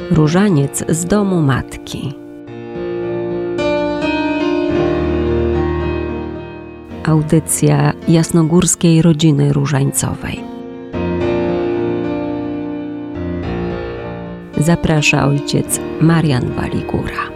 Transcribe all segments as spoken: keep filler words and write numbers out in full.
Różaniec z domu matki. Audycja jasnogórskiej rodziny różańcowej. Zaprasza ojciec Marian Waligura.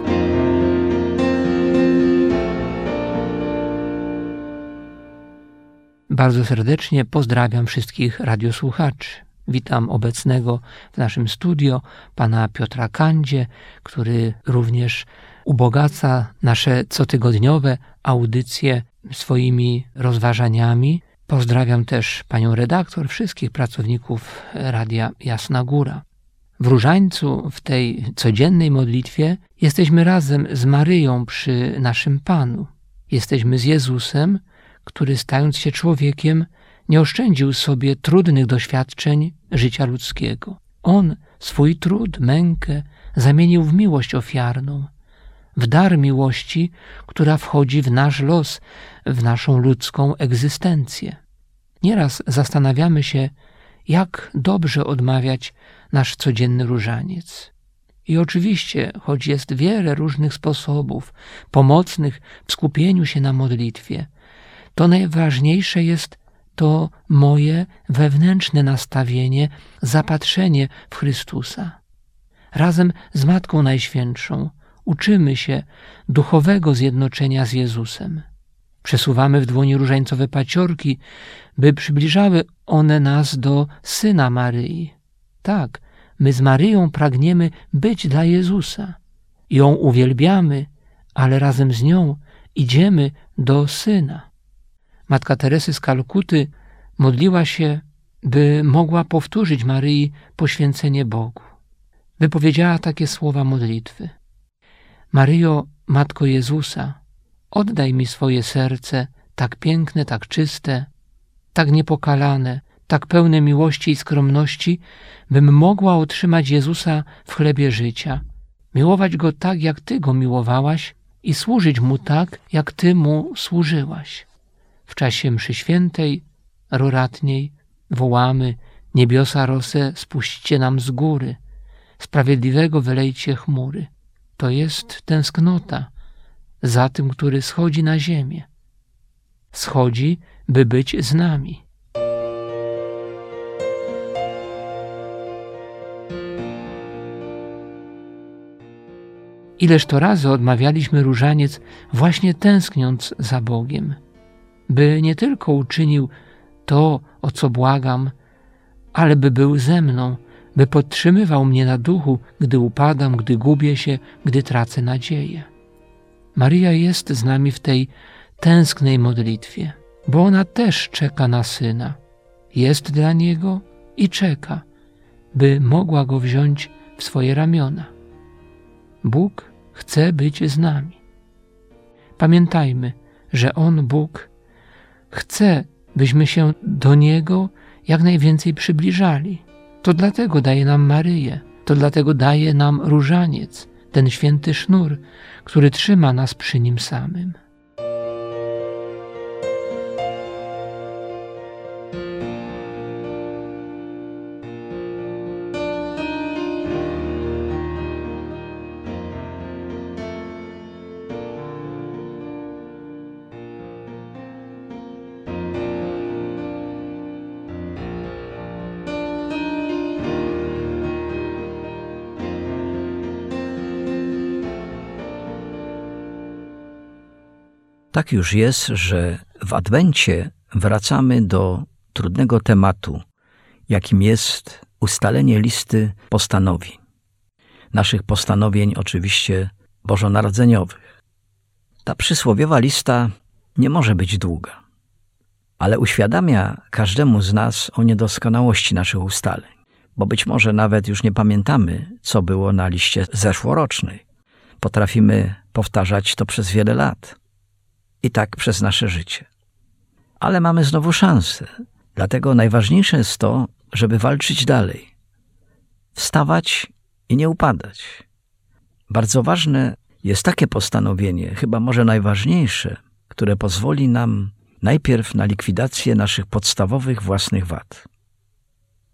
Bardzo serdecznie pozdrawiam wszystkich radiosłuchaczy. Witam obecnego w naszym studio pana Piotra Kandzie, który również ubogaca nasze cotygodniowe audycje swoimi rozważaniami. Pozdrawiam też panią redaktor, wszystkich pracowników Radia Jasna Góra. W Różańcu, w tej codziennej modlitwie, jesteśmy razem z Maryją przy naszym Panu. Jesteśmy z Jezusem, który stając się człowiekiem, nie oszczędził sobie trudnych doświadczeń życia ludzkiego. On swój trud, mękę zamienił w miłość ofiarną, w dar miłości, która wchodzi w nasz los, w naszą ludzką egzystencję. Nieraz zastanawiamy się, jak dobrze odmawiać nasz codzienny różaniec. I oczywiście, choć jest wiele różnych sposobów pomocnych w skupieniu się na modlitwie, to najważniejsze jest to moje wewnętrzne nastawienie, zapatrzenie w Chrystusa. Razem z Matką Najświętszą uczymy się duchowego zjednoczenia z Jezusem. Przesuwamy w dłoni różańcowe paciorki, by przybliżały one nas do Syna Maryi. Tak, my z Maryją pragniemy być dla Jezusa. Ją uwielbiamy, ale razem z nią idziemy do Syna. Matka Teresy z Kalkuty modliła się, by mogła powtórzyć Maryi poświęcenie Bogu. Wypowiedziała takie słowa modlitwy. Maryjo, Matko Jezusa, oddaj mi swoje serce, tak piękne, tak czyste, tak niepokalane, tak pełne miłości i skromności, bym mogła otrzymać Jezusa w chlebie życia, miłować Go tak, jak Ty Go miłowałaś i służyć Mu tak, jak Ty Mu służyłaś. W czasie mszy świętej, roratniej wołamy: niebiosa rosę spuśćcie nam z góry, sprawiedliwego wylejcie chmury. To jest tęsknota za tym, który schodzi na ziemię. Schodzi, by być z nami. Ileż to razy odmawialiśmy różaniec właśnie tęskniąc za Bogiem, by nie tylko uczynił to, o co błagam, ale by był ze mną, by podtrzymywał mnie na duchu, gdy upadam, gdy gubię się, gdy tracę nadzieję. Maryja jest z nami w tej tęsknej modlitwie, bo ona też czeka na Syna. Jest dla Niego i czeka, by mogła Go wziąć w swoje ramiona. Bóg chce być z nami. Pamiętajmy, że On, Bóg, chce, byśmy się do Niego jak najwięcej przybliżali. To dlatego daje nam Maryję, to dlatego daje nam różaniec, ten święty sznur, który trzyma nas przy Nim samym. Tak już jest, że w Adwencie wracamy do trudnego tematu, jakim jest ustalenie listy postanowień. Naszych postanowień oczywiście bożonarodzeniowych. Ta przysłowiowa lista nie może być długa, ale uświadamia każdemu z nas o niedoskonałości naszych ustaleń, bo być może nawet już nie pamiętamy, co było na liście zeszłorocznej. Potrafimy powtarzać to przez wiele lat. I tak przez nasze życie. Ale mamy znowu szansę. Dlatego najważniejsze jest to, żeby walczyć dalej. Wstawać i nie upadać. Bardzo ważne jest takie postanowienie, chyba może najważniejsze, które pozwoli nam najpierw na likwidację naszych podstawowych własnych wad.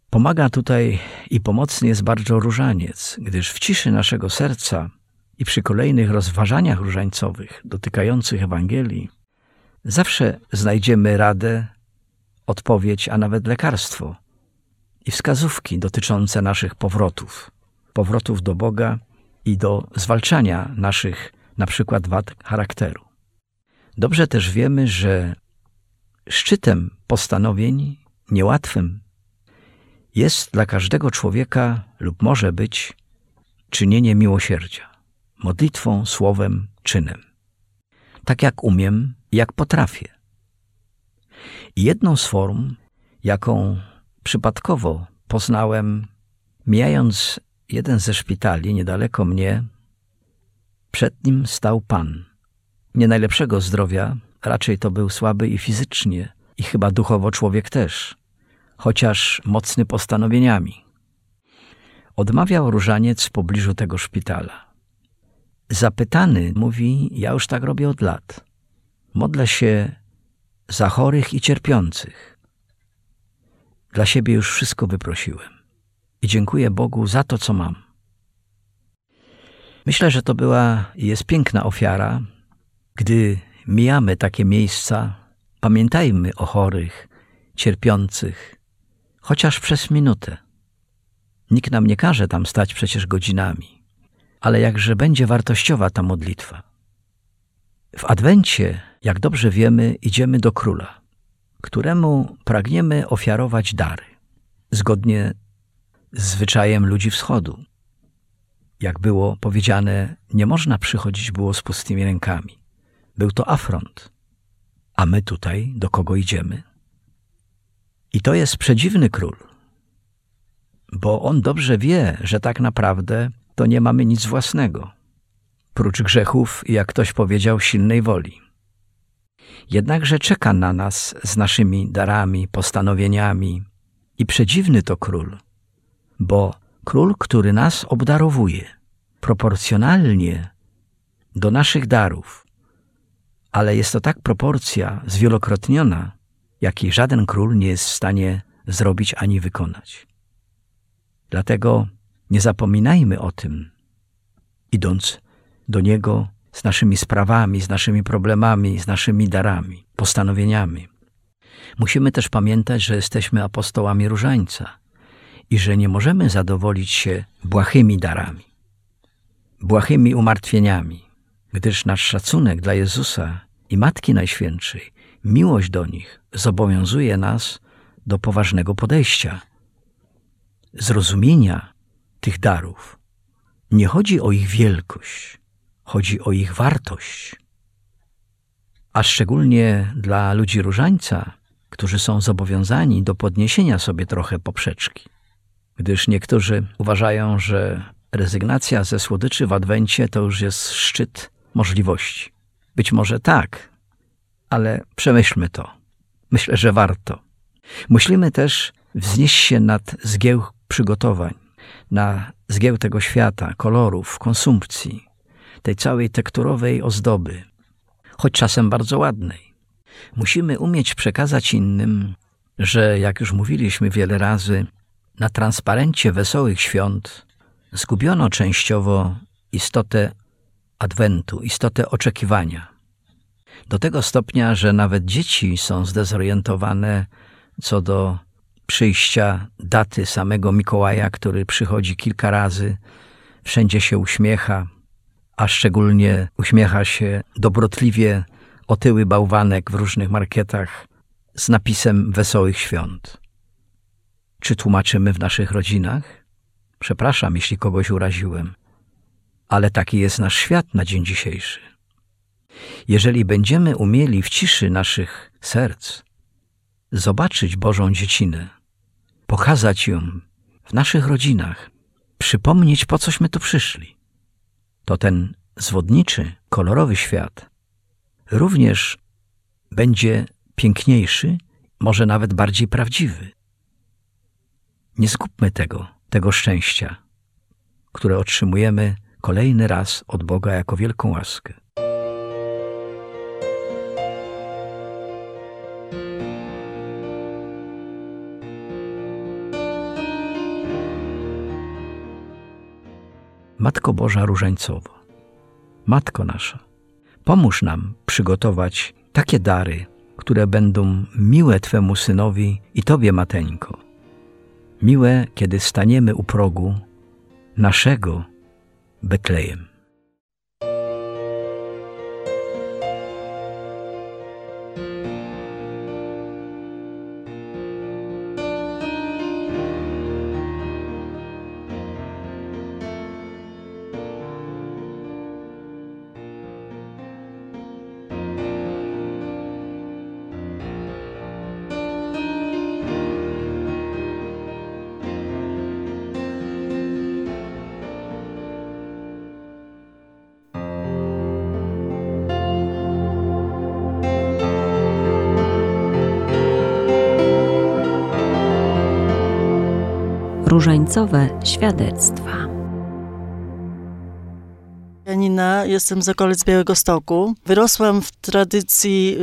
Pomaga tutaj i pomocny jest bardzo różaniec, gdyż w ciszy naszego serca i przy kolejnych rozważaniach różańcowych dotykających Ewangelii zawsze znajdziemy radę, odpowiedź, a nawet lekarstwo i wskazówki dotyczące naszych powrotów, powrotów do Boga i do zwalczania naszych na przykład wad charakteru. Dobrze też wiemy, że szczytem postanowień, niełatwym, jest dla każdego człowieka lub może być czynienie miłosierdzia, modlitwą, słowem, czynem. Tak jak umiem, jak potrafię. I jedną z form, jaką przypadkowo poznałem, mijając jeden ze szpitali niedaleko mnie, przed nim stał Pan. Nie najlepszego zdrowia, raczej to był słaby i fizycznie, i chyba duchowo człowiek też, chociaż mocny postanowieniami. Odmawiał różaniec w pobliżu tego szpitala. Zapytany mówi: ja już tak robię od lat. Modlę się za chorych i cierpiących. Dla siebie już wszystko wyprosiłem i dziękuję Bogu za to, co mam. Myślę, że to była i jest piękna ofiara. Gdy mijamy takie miejsca, pamiętajmy o chorych, cierpiących, chociaż przez minutę. Nikt nam nie każe tam stać przecież godzinami, ale jakże będzie wartościowa ta modlitwa. W Adwencie, jak dobrze wiemy, idziemy do Króla, któremu pragniemy ofiarować dary, zgodnie z zwyczajem ludzi wschodu. Jak było powiedziane, nie można przychodzić było z pustymi rękami. Był to afront. A my tutaj do kogo idziemy? I to jest przedziwny Król, bo On dobrze wie, że tak naprawdę to nie mamy nic własnego, prócz grzechów i, jak ktoś powiedział, silnej woli. Jednakże czeka na nas z naszymi darami, postanowieniami i przedziwny to Król, bo Król, który nas obdarowuje proporcjonalnie do naszych darów, ale jest to tak proporcja zwielokrotniona, jakiej żaden król nie jest w stanie zrobić ani wykonać. Dlatego nie zapominajmy o tym, idąc do Niego z naszymi sprawami, z naszymi problemami, z naszymi darami, postanowieniami. Musimy też pamiętać, że jesteśmy apostołami Różańca i że nie możemy zadowolić się błahymi darami, błahymi umartwieniami, gdyż nasz szacunek dla Jezusa i Matki Najświętszej, miłość do nich zobowiązuje nas do poważnego podejścia, zrozumienia tych darów. Nie chodzi o ich wielkość, chodzi o ich wartość. A szczególnie dla ludzi Różańca, którzy są zobowiązani do podniesienia sobie trochę poprzeczki. Gdyż niektórzy uważają, że rezygnacja ze słodyczy w Adwencie to już jest szczyt możliwości. Być może tak, ale przemyślmy to. Myślę, że warto. Musimy też wznieść się nad zgiełk przygotowań, na zgiełk tego świata, kolorów, konsumpcji, tej całej tekturowej ozdoby, choć czasem bardzo ładnej. Musimy umieć przekazać innym, że, jak już mówiliśmy wiele razy, na transparencie Wesołych Świąt zgubiono częściowo istotę Adwentu, istotę oczekiwania. Do tego stopnia, że nawet dzieci są zdezorientowane co do przyjścia daty samego Mikołaja, który przychodzi kilka razy, wszędzie się uśmiecha, a szczególnie uśmiecha się dobrotliwie otyły bałwanek w różnych marketach z napisem Wesołych Świąt. Czy tłumaczymy w naszych rodzinach? Przepraszam, jeśli kogoś uraziłem, ale taki jest nasz świat na dzień dzisiejszy. Jeżeli będziemy umieli w ciszy naszych serc zobaczyć Bożą dziecinę, pokazać ją w naszych rodzinach, przypomnieć, po cośmy tu przyszli, to ten zwodniczy, kolorowy świat również będzie piękniejszy, może nawet bardziej prawdziwy. Nie zgubmy tego, tego szczęścia, które otrzymujemy kolejny raz od Boga jako wielką łaskę. Matko Boża Różańcowo, Matko nasza, pomóż nam przygotować takie dary, które będą miłe Twemu Synowi i Tobie, Mateńko. Miłe, kiedy staniemy u progu naszego Betlejem. Różańcowe świadectwa. Janina, jestem z okolic Białegostoku. Wyrosłam w tradycji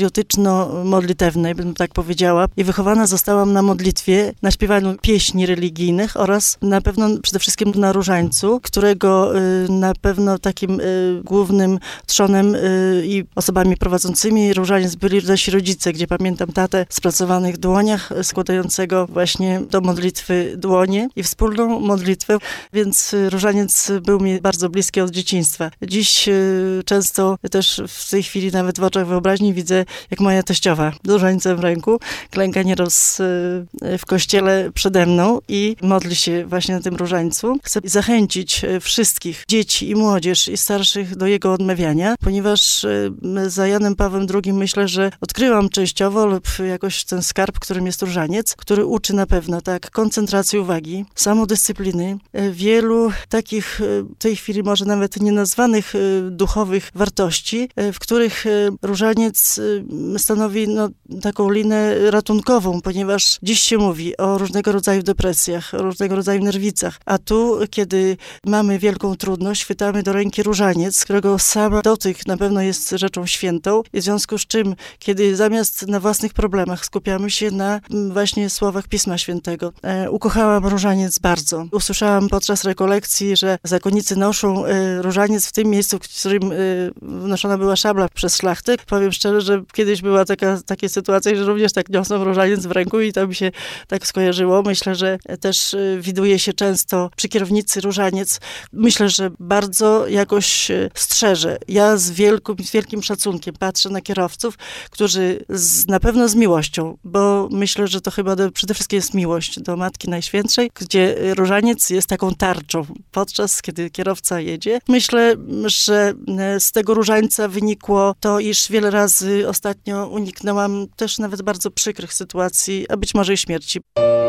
patriotyczno-modlitewnej, bym tak powiedziała, i wychowana zostałam na modlitwie, na śpiewaniu pieśni religijnych oraz na pewno przede wszystkim na różańcu, którego na pewno takim głównym trzonem i osobami prowadzącymi różaniec byli nasi rodzice, gdzie pamiętam tatę w spracowanych dłoniach, składającego właśnie do modlitwy dłonie i wspólną modlitwę, więc różaniec był mi bardzo bliski od dzieciństwa. Dziś y, często też w tej chwili nawet w oczach wyobraźni widzę, jak moja teściowa z różańcem w ręku klęka nieraz y, w kościele przede mną i modli się właśnie na tym różańcu. Chcę zachęcić wszystkich dzieci i młodzież i starszych do jego odmawiania, ponieważ y, za Janem Pawłem drugim myślę, że odkryłam częściowo lub jakoś ten skarb, którym jest różaniec, który uczy na pewno tak koncentracji uwagi, samodyscypliny, y, wielu takich y, w tej chwili może nawet nie nazwanych duchowych wartości, w których różaniec stanowi no, taką linę ratunkową, ponieważ dziś się mówi o różnego rodzaju depresjach, o różnego rodzaju nerwicach, a tu, kiedy mamy wielką trudność, chwytamy do ręki różaniec, którego sam dotyk na pewno jest rzeczą świętą, i w związku z czym, kiedy zamiast na własnych problemach skupiamy się na właśnie słowach Pisma Świętego. E, ukochałam różaniec bardzo. Usłyszałam podczas rekolekcji, że zakonnicy noszą e, różaniec w tym miejscu, w którym y, wnoszona była szabla przez szlachtę. Powiem szczerze, że kiedyś była taka, takie sytuacje, że również tak niosą różaniec w ręku i to mi się tak skojarzyło. Myślę, że też y, widuje się często przy kierownicy różaniec. Myślę, że bardzo jakoś y, strzeże. Ja z, wielką, z wielkim szacunkiem patrzę na kierowców, którzy z, na pewno z miłością, bo myślę, że to chyba do, przede wszystkim jest miłość do Matki Najświętszej, gdzie różaniec jest taką tarczą, podczas kiedy kierowca jedzie. Myślę, że z tego różańca wynikło to, iż wiele razy ostatnio uniknęłam też nawet bardzo przykrych sytuacji, a być może i śmierci.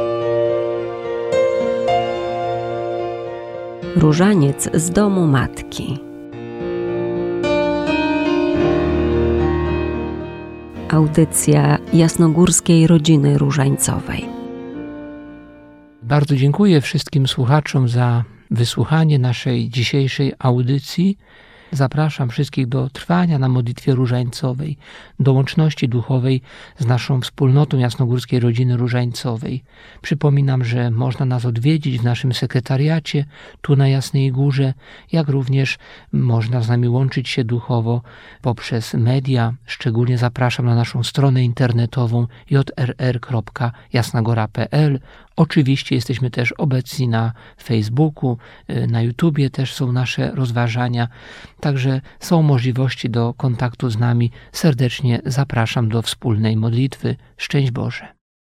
Różaniec z domu matki. Audycja Jasnogórskiej Rodziny Różańcowej. Bardzo dziękuję wszystkim słuchaczom za wysłuchanie naszej dzisiejszej audycji. Zapraszam wszystkich do trwania na modlitwie różańcowej, do łączności duchowej z naszą wspólnotą Jasnogórskiej Rodziny Różańcowej. Przypominam, że można nas odwiedzić w naszym sekretariacie tu na Jasnej Górze, jak również można z nami łączyć się duchowo poprzez media. Szczególnie zapraszam na naszą stronę internetową j r r kropka jasnagora kropka p l. Oczywiście jesteśmy też obecni na Facebooku, na YouTubie też są nasze rozważania, także są możliwości do kontaktu z nami. Serdecznie zapraszam do wspólnej modlitwy. Szczęść Boże.